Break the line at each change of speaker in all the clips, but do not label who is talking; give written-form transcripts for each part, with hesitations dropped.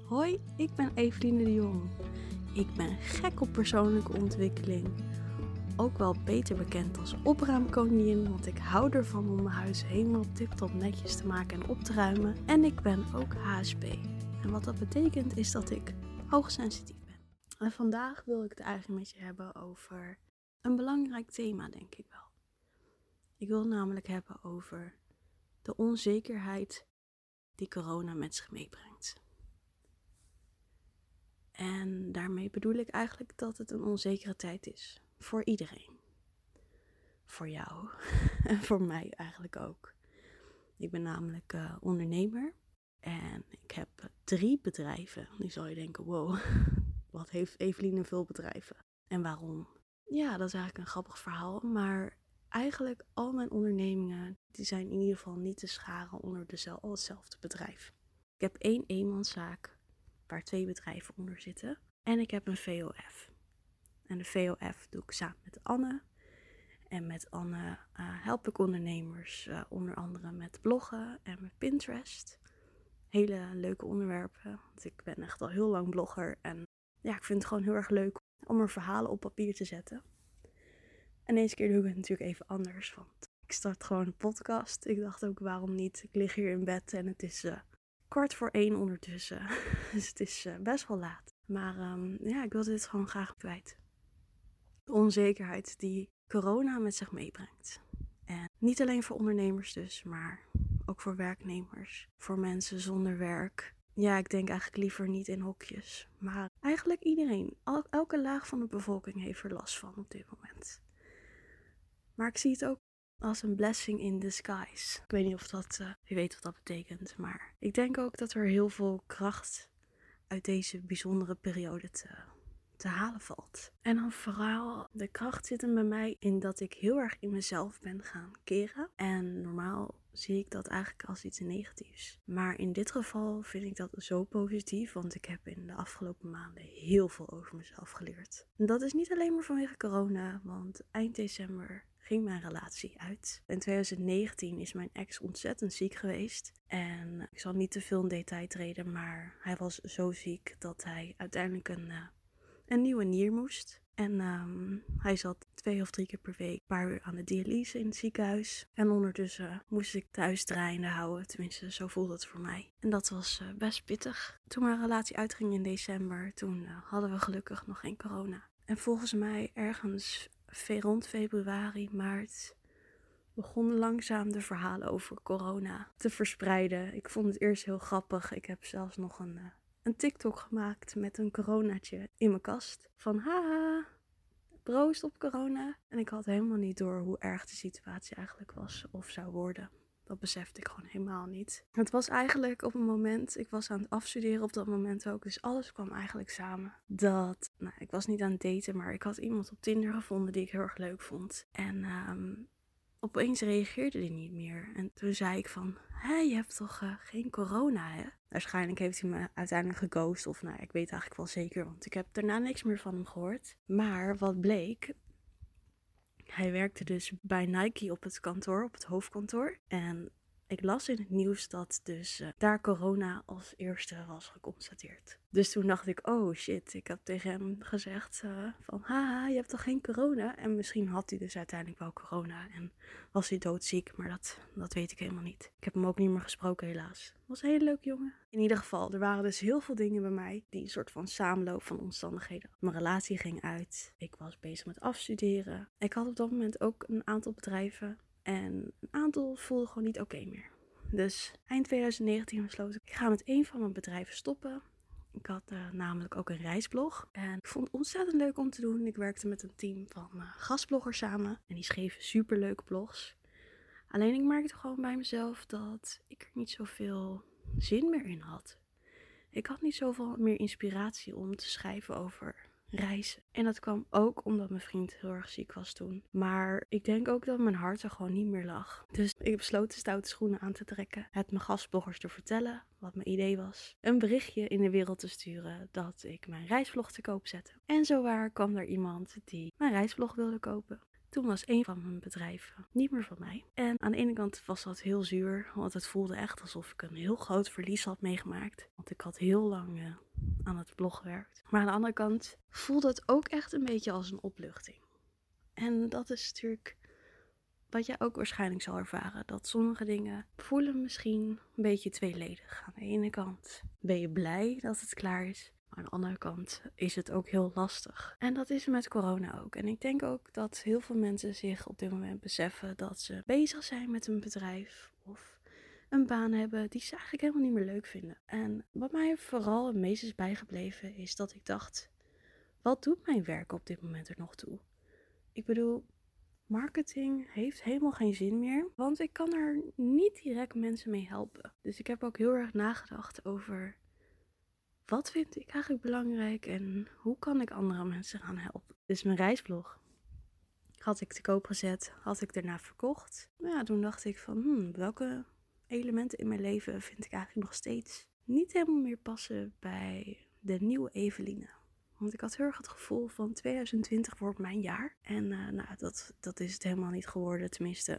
Hoi, ik ben Eveline de Jong. Ik ben gek op persoonlijke ontwikkeling. Ook wel beter bekend als opruimkoningin, want ik hou ervan om mijn huis helemaal tip-top netjes te maken en op te ruimen. En ik ben ook HSP. En wat dat betekent is dat ik hoogsensitief ben. En vandaag wil ik het eigenlijk met je hebben over een belangrijk thema, denk ik wel. Ik wil het namelijk hebben over de onzekerheid die corona met zich meebrengt. En daarmee bedoel ik eigenlijk dat het een onzekere tijd is. Voor iedereen. Voor jou. En voor mij eigenlijk ook. Ik ben namelijk ondernemer. En ik heb 3 bedrijven. Nu zal je denken, wow, wat heeft Eveline veel bedrijven? En waarom? Ja, dat is eigenlijk een grappig verhaal. Maar eigenlijk al mijn ondernemingen, die zijn in ieder geval niet te scharen onder hetzelfde bedrijf. Ik heb 1 eenmanszaak waar 2 bedrijven onder zitten. En ik heb een VOF. En de VOF doe ik samen met Anne. En met Anne help ik ondernemers onder andere met bloggen en met Pinterest. Hele leuke onderwerpen, want ik ben echt al heel lang blogger. En ja, ik vind het gewoon heel erg leuk om er verhalen op papier te zetten. En deze keer doe ik het natuurlijk even anders, want ik start gewoon een podcast. Ik dacht ook, waarom niet? Ik lig hier in bed en het is 1:15 ondertussen. Dus het is best wel laat. Maar ja, ik wilde dit gewoon graag kwijt. De onzekerheid die corona met zich meebrengt. En niet alleen voor ondernemers dus, maar ook voor werknemers. Voor mensen zonder werk. Ja, ik denk eigenlijk liever niet in hokjes. Maar eigenlijk iedereen. Elke laag van de bevolking heeft er last van op dit moment. Maar ik zie het ook als een blessing in disguise. Ik weet niet of je weet wat dat betekent. Maar ik denk ook dat er heel veel kracht uit deze bijzondere periode te halen valt. En dan vooral de kracht zit hem bij mij in dat ik heel erg in mezelf ben gaan keren. En normaal zie ik dat eigenlijk als iets negatiefs. Maar in dit geval vind ik dat zo positief, want ik heb in de afgelopen maanden heel veel over mezelf geleerd. En dat is niet alleen maar vanwege corona, want eind december ging mijn relatie uit. In 2019 is mijn ex ontzettend ziek geweest. En ik zal niet te veel in detail treden, maar hij was zo ziek dat hij uiteindelijk een nieuwe nier moest. En hij zat 2 of 3 keer per week een paar uur aan de dialyse in het ziekenhuis. En ondertussen moest ik thuis draaiende houden. Tenminste, zo voelde het voor mij. En dat was best pittig. Toen mijn relatie uitging in december, toen hadden we gelukkig nog geen corona. En volgens mij ergens rond februari, maart begonnen langzaam de verhalen over corona te verspreiden. Ik vond het eerst heel grappig. Ik heb zelfs nog een TikTok gemaakt met een coronaatje in mijn kast. Van haha, proost op corona. En ik had helemaal niet door hoe erg de situatie eigenlijk was of zou worden. Dat besefte ik gewoon helemaal niet. Het was eigenlijk op een moment, ik was aan het afstuderen op dat moment ook. Dus alles kwam eigenlijk samen. Ik was niet aan het daten, maar ik had iemand op Tinder gevonden die ik heel erg leuk vond. En opeens reageerde hij niet meer. En toen zei ik van, je hebt toch geen corona, hè? Waarschijnlijk heeft hij me uiteindelijk geghost. Of ik weet eigenlijk wel zeker, want ik heb daarna niks meer van hem gehoord. Maar wat bleek, hij werkte dus bij Nike op het kantoor, op het hoofdkantoor. En ik las in het nieuws dat dus daar corona als eerste was geconstateerd. Dus toen dacht ik, oh shit, ik heb tegen hem gezegd van haha, je hebt toch geen corona? En misschien had hij dus uiteindelijk wel corona en was hij doodziek, maar dat weet ik helemaal niet. Ik heb hem ook niet meer gesproken helaas. Was een hele leuke jongen. In ieder geval, er waren dus heel veel dingen bij mij die een soort van samenloop van omstandigheden. Mijn relatie ging uit. Ik was bezig met afstuderen. Ik had op dat moment ook een aantal bedrijven. En een aantal voelde gewoon niet oké meer. Dus eind 2019 besloot ik ga met 1 van mijn bedrijven stoppen. Ik had namelijk ook een reisblog. En ik vond het ontzettend leuk om te doen. Ik werkte met een team van gastbloggers samen. En die schreven superleuke blogs. Alleen ik merkte gewoon bij mezelf dat ik er niet zoveel zin meer in had. Ik had niet zoveel meer inspiratie om te schrijven over reizen. En dat kwam ook omdat mijn vriend heel erg ziek was toen. Maar ik denk ook dat mijn hart er gewoon niet meer lag. Dus ik besloot de stoute schoenen aan te trekken. Het mijn gastbloggers te vertellen wat mijn idee was. Een berichtje in de wereld te sturen dat ik mijn reisvlog te koop zette. En zowaar kwam er iemand die mijn reisvlog wilde kopen. Toen was een van mijn bedrijven niet meer van mij. En aan de ene kant was dat heel zuur, want het voelde echt alsof ik een heel groot verlies had meegemaakt. Want ik had heel lang aan het blog gewerkt. Maar aan de andere kant voelde het ook echt een beetje als een opluchting. En dat is natuurlijk wat jij ook waarschijnlijk zal ervaren. Dat sommige dingen voelen misschien een beetje tweeledig. Aan de ene kant ben je blij dat het klaar is. Maar aan de andere kant is het ook heel lastig. En dat is met corona ook. En ik denk ook dat heel veel mensen zich op dit moment beseffen dat ze bezig zijn met een bedrijf of een baan hebben die ze eigenlijk helemaal niet meer leuk vinden. En wat mij vooral het meest is bijgebleven is dat ik dacht, wat doet mijn werk op dit moment er nog toe? Ik bedoel, marketing heeft helemaal geen zin meer, want ik kan er niet direct mensen mee helpen. Dus ik heb ook heel erg nagedacht over wat vind ik eigenlijk belangrijk en hoe kan ik andere mensen gaan helpen. Dus mijn reisblog had ik te koop gezet, had ik daarna verkocht. Nou ja, toen dacht ik van welke elementen in mijn leven vind ik eigenlijk nog steeds niet helemaal meer passen bij de nieuwe Eveline. Want ik had heel erg het gevoel van 2020 wordt mijn jaar. En dat is het helemaal niet geworden, tenminste.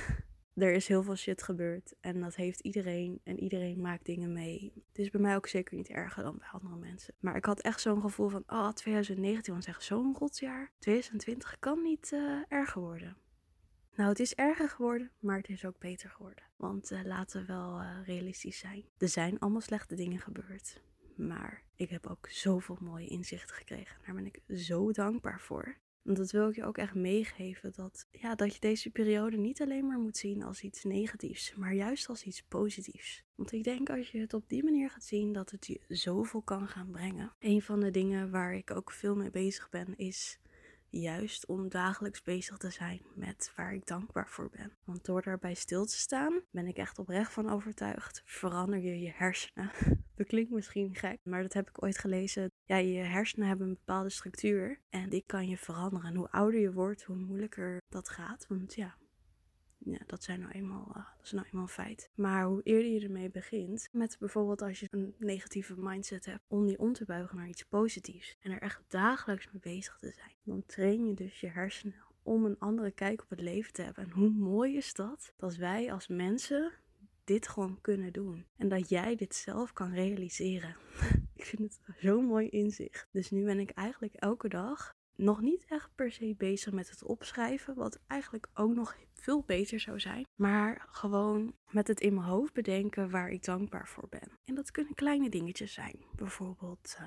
Er is heel veel shit gebeurd en dat heeft iedereen en iedereen maakt dingen mee. Het is bij mij ook zeker niet erger dan bij andere mensen. Maar ik had echt zo'n gevoel van, 2019 was echt zo'n rotjaar. 2020 kan niet erger worden. Nou, het is erger geworden, maar het is ook beter geworden. Want laten we wel realistisch zijn. Er zijn allemaal slechte dingen gebeurd. Maar ik heb ook zoveel mooie inzichten gekregen. Daar ben ik zo dankbaar voor. Want dat wil ik je ook echt meegeven. Dat je deze periode niet alleen maar moet zien als iets negatiefs. Maar juist als iets positiefs. Want ik denk als je het op die manier gaat zien dat het je zoveel kan gaan brengen. Een van de dingen waar ik ook veel mee bezig ben is juist om dagelijks bezig te zijn met waar ik dankbaar voor ben. Want door daarbij stil te staan, ben ik echt oprecht van overtuigd, verander je je hersenen. Dat klinkt misschien gek, maar dat heb ik ooit gelezen. Ja, je hersenen hebben een bepaalde structuur en die kan je veranderen. En hoe ouder je wordt, hoe moeilijker dat gaat. Want ja, dat is nou eenmaal een feit. Maar hoe eerder je ermee begint, met bijvoorbeeld als je een negatieve mindset hebt, om die om te buigen naar iets positiefs en er echt dagelijks mee bezig te zijn, dan train je dus je hersenen om een andere kijk op het leven te hebben. En hoe mooi is dat wij als mensen dit gewoon kunnen doen. En dat jij dit zelf kan realiseren. Ik vind het zo'n mooi inzicht. Dus nu ben ik eigenlijk elke dag nog niet echt per se bezig met het opschrijven, wat eigenlijk ook nog veel beter zou zijn. Maar gewoon met het in mijn hoofd bedenken waar ik dankbaar voor ben. En dat kunnen kleine dingetjes zijn. Bijvoorbeeld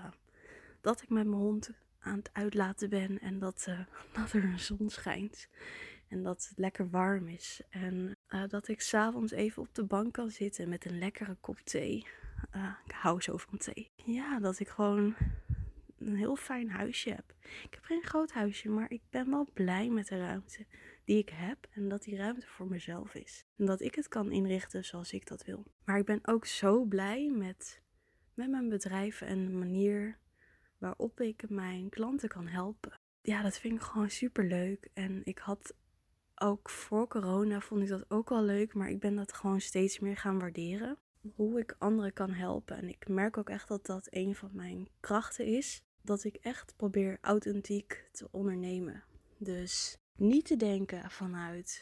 dat ik met mijn hond aan het uitlaten ben en dat er een zon schijnt. En dat het lekker warm is. En dat ik 's avonds even op de bank kan zitten met een lekkere kop thee. Ik hou zo van thee. Ja, dat ik gewoon een heel fijn huisje heb. Ik heb geen groot huisje, maar ik ben wel blij met de ruimte die ik heb. En dat die ruimte voor mezelf is. En dat ik het kan inrichten zoals ik dat wil. Maar ik ben ook zo blij met mijn bedrijf en de manier waarop ik mijn klanten kan helpen. Ja, dat vind ik gewoon super leuk. En ik had ook voor corona vond ik dat ook wel leuk. Maar ik ben dat gewoon steeds meer gaan waarderen. Hoe ik anderen kan helpen. En ik merk ook echt dat dat een van mijn krachten is. Dat ik echt probeer authentiek te ondernemen. Dus niet te denken vanuit,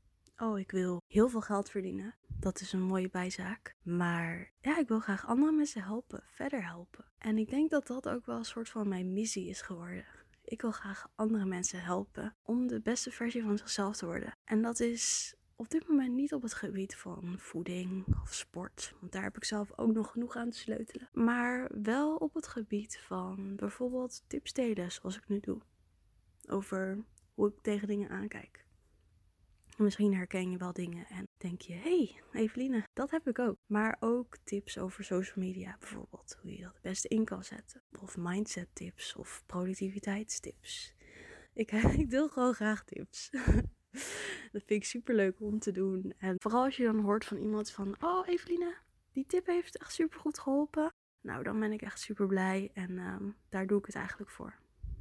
ik wil heel veel geld verdienen. Dat is een mooie bijzaak. Maar ja, ik wil graag andere mensen helpen, verder helpen. En ik denk dat dat ook wel een soort van mijn missie is geworden. Ik wil graag andere mensen helpen om de beste versie van zichzelf te worden. En dat is op dit moment niet op het gebied van voeding of sport. Want daar heb ik zelf ook nog genoeg aan te sleutelen. Maar wel op het gebied van bijvoorbeeld tips delen, zoals ik nu doe. Over hoe ik tegen dingen aankijk. Misschien herken je wel dingen en denk je, hey, Eveline, dat heb ik ook. Maar ook tips over social media bijvoorbeeld. Hoe je dat het beste in kan zetten. Of mindset tips of productiviteitstips. Ik deel gewoon graag tips. Dat vind ik super leuk om te doen. En vooral als je dan hoort van iemand van, Eveline, die tip heeft echt super goed geholpen. Nou, dan ben ik echt super blij en daar doe ik het eigenlijk voor.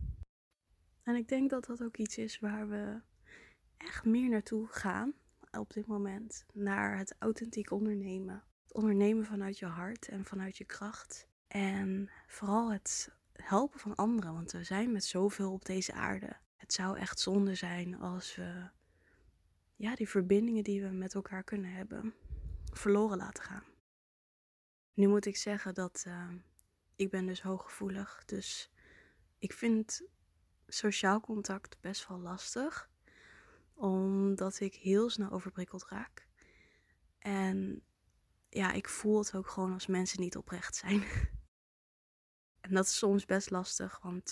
En ik denk dat dat ook iets is waar we echt meer naartoe gaan op dit moment. Naar het authentiek ondernemen. Het ondernemen vanuit je hart en vanuit je kracht. En vooral het helpen van anderen. Want we zijn met zoveel op deze aarde. het zou echt zonde zijn als we die verbindingen die we met elkaar kunnen hebben verloren laten gaan. Nu moet ik zeggen dat ik ben dus hooggevoelig. Dus ik vind sociaal contact best wel lastig. Omdat ik heel snel overprikkeld raak. En ja, ik voel het ook gewoon als mensen niet oprecht zijn. En dat is soms best lastig, want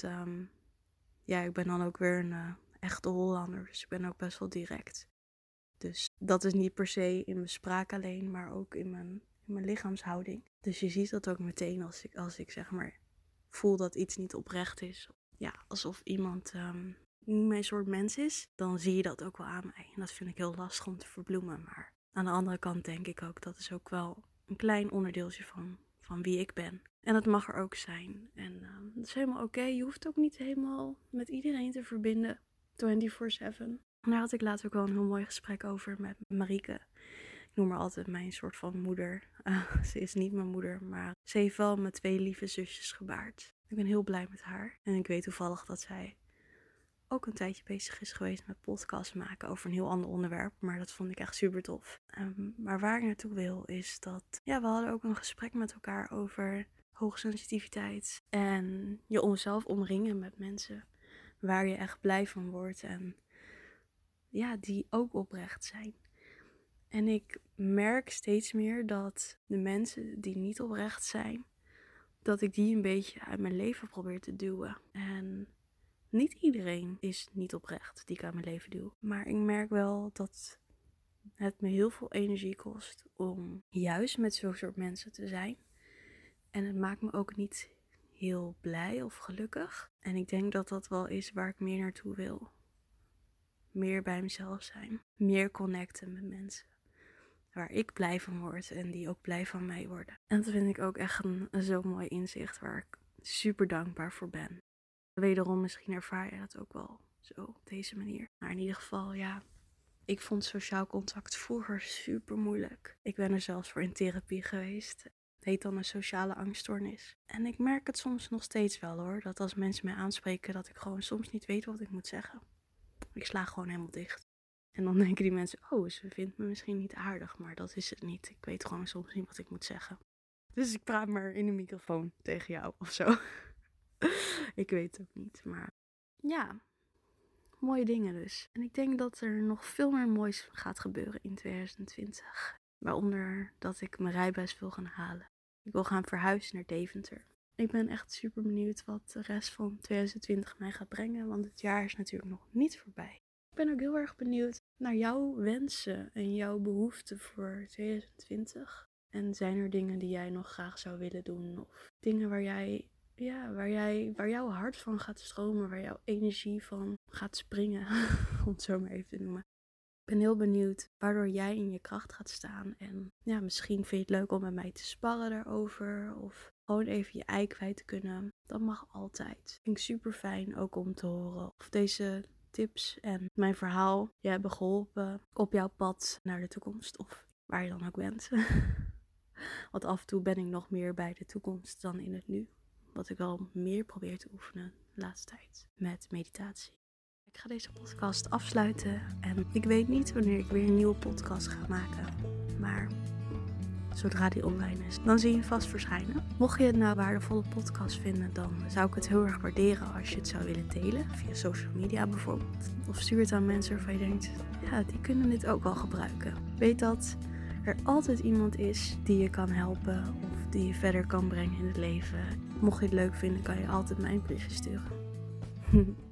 ik ben dan ook weer een echte Hollander. Dus ik ben ook best wel direct. Dus dat is niet per se in mijn spraak alleen, maar ook in mijn lichaamshouding. Dus je ziet dat ook meteen als ik zeg maar voel dat iets niet oprecht is. Ja, alsof iemand niet mijn soort mens is, dan zie je dat ook wel aan mij. En dat vind ik heel lastig om te verbloemen. Maar aan de andere kant denk ik ook, dat is ook wel een klein onderdeeltje van wie ik ben. En dat mag er ook zijn. En dat is helemaal oké. Je hoeft ook niet helemaal met iedereen te verbinden 24/7. En daar had ik later ook wel een heel mooi gesprek over met Marieke. Ik noem haar altijd mijn soort van moeder. Ze is niet mijn moeder, maar ze heeft wel mijn 2 lieve zusjes gebaard. Ik ben heel blij met haar. En ik weet toevallig dat zij ook een tijdje bezig is geweest met podcasts maken over een heel ander onderwerp. Maar dat vond ik echt super tof. Maar waar ik naartoe wil is dat we hadden ook een gesprek met elkaar over hoogsensitiviteit. En je onszelf omringen met mensen waar je echt blij van wordt. En die ook oprecht zijn. En ik merk steeds meer dat de mensen die niet oprecht zijn, dat ik die een beetje uit mijn leven probeer te duwen. En niet iedereen is niet oprecht die ik uit mijn leven duw. Maar ik merk wel dat het me heel veel energie kost om juist met zo'n soort mensen te zijn. En het maakt me ook niet heel blij of gelukkig. En ik denk dat dat wel is waar ik meer naartoe wil. Meer bij mezelf zijn. Meer connecten met mensen. Waar ik blij van word en die ook blij van mij worden. En dat vind ik ook echt een zo mooi inzicht waar ik super dankbaar voor ben. Wederom misschien ervaar je dat ook wel zo op deze manier. Maar in ieder geval, ik vond sociaal contact vroeger super moeilijk. Ik ben er zelfs voor in therapie geweest. Het heet dan een sociale angststoornis. En ik merk het soms nog steeds wel hoor. Dat als mensen mij aanspreken dat ik gewoon soms niet weet wat ik moet zeggen. Ik sla gewoon helemaal dicht. En dan denken die mensen, ze vindt me misschien niet aardig, maar dat is het niet. Ik weet gewoon soms niet wat ik moet zeggen. Dus ik praat maar in de microfoon tegen jou of zo. Ik weet het ook niet, maar mooie dingen dus. En ik denk dat er nog veel meer moois gaat gebeuren in 2020. Waaronder dat ik mijn rijbewijs wil gaan halen. Ik wil gaan verhuizen naar Deventer. Ik ben echt super benieuwd wat de rest van 2020 mij gaat brengen, want het jaar is natuurlijk nog niet voorbij. Ik ben ook heel erg benieuwd naar jouw wensen en jouw behoeften voor 2020. En zijn er dingen die jij nog graag zou willen doen? Of dingen waar jouw hart van gaat stromen, waar jouw energie van gaat springen, om het zo maar even te noemen. Ik ben heel benieuwd waardoor jij in je kracht gaat staan. En misschien vind je het leuk om met mij te sparren daarover. Of gewoon even je ei kwijt te kunnen. Dat mag altijd. Vind ik super fijn ook om te horen of deze tips en mijn verhaal je hebben geholpen op jouw pad naar de toekomst. Of waar je dan ook bent. Want af en toe ben ik nog meer bij de toekomst dan in het nu. Wat ik wel meer probeer te oefenen de laatste tijd met meditatie. Ik ga deze podcast afsluiten en ik weet niet wanneer ik weer een nieuwe podcast ga maken. Maar zodra die online is, dan zie je hem vast verschijnen. Mocht je het nou een waardevolle podcast vinden, dan zou ik het heel erg waarderen als je het zou willen delen. Via social media bijvoorbeeld. Of stuur het aan mensen waarvan je denkt, die kunnen dit ook wel gebruiken. Weet dat er altijd iemand is die je kan helpen of die je verder kan brengen in het leven. Mocht je het leuk vinden, kan je altijd mij een berichtje sturen.